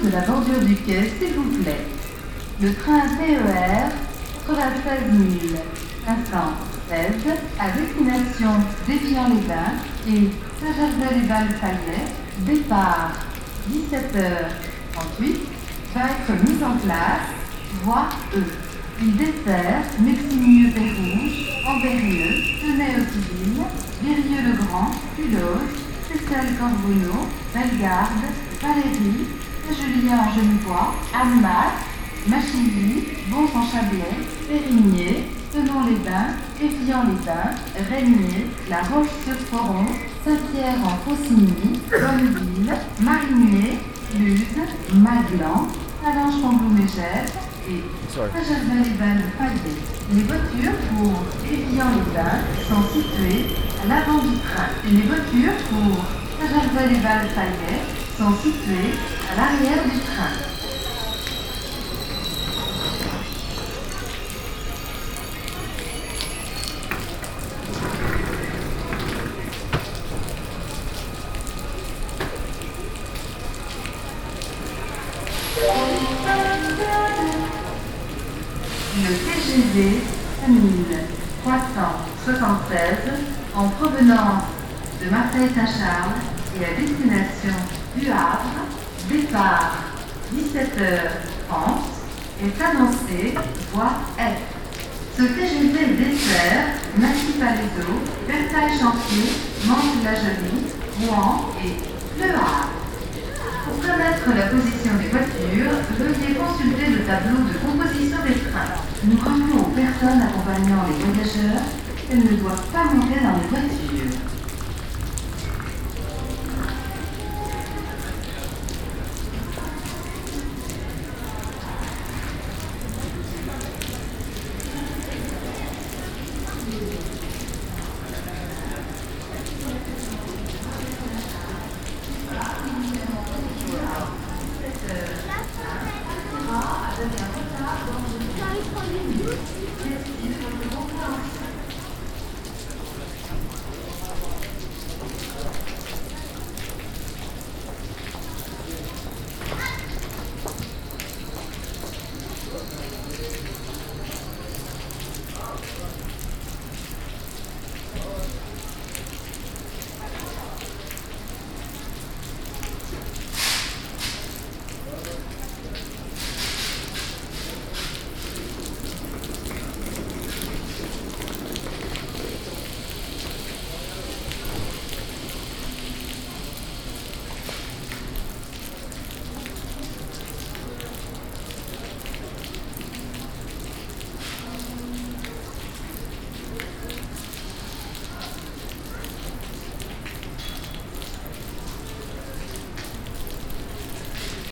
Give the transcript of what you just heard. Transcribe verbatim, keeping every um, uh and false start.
de la bordure du quai, s'il vous plaît. Le train T E R quatre-vingt-seize mille cinq cent seize à destination d'Évian-les-Bains et Saint-Gervais-les-Bains-Falais, départ dix-sept heures trente-huit, va être mis en place, voie E. Il dessert Meximieux-Pérouge, Ambérieux, Tenay-Hauteville, Virieux-le-Grand, Culose, Cessel-Corbonneau, Bellegarde, Valérie, Saint-Julien-en-Genevois, Annemasse, Machilly, Bons-en-Chablais, Périgné, Tenon-les-Bains, Évian-les-Bains, Régnier, La Roche-sur-Foron, Saint-Pierre-en-Faucigny, Bonneville, Marigné, Luz, Maglan, Talange-Pont-Mégève et Saint-Gervais-les-Bains-de-Falais. Les voitures pour Évian-les-Bains sont situées à l'avant du train. Et les voitures pour Saint-Gervais-les-Bains-Falais sont situées à l'arrière du train. Le T G V cinq trois cent soixante-seize en provenance de Marseille-Saint-Charles et à destination du Havre, départ dix-sept heures trente, est annoncé voie F. Ce T G V dessert Massy-Palaiseau, Versailles-Chantier, Mantes-la-Jolie, Rouen et Le Havre. Pour connaître la position des voitures, veuillez consulter le tableau de composition des trains. Nous rappelons aux personnes accompagnant les voyageurs qu'elles ne doivent pas monter dans les voitures.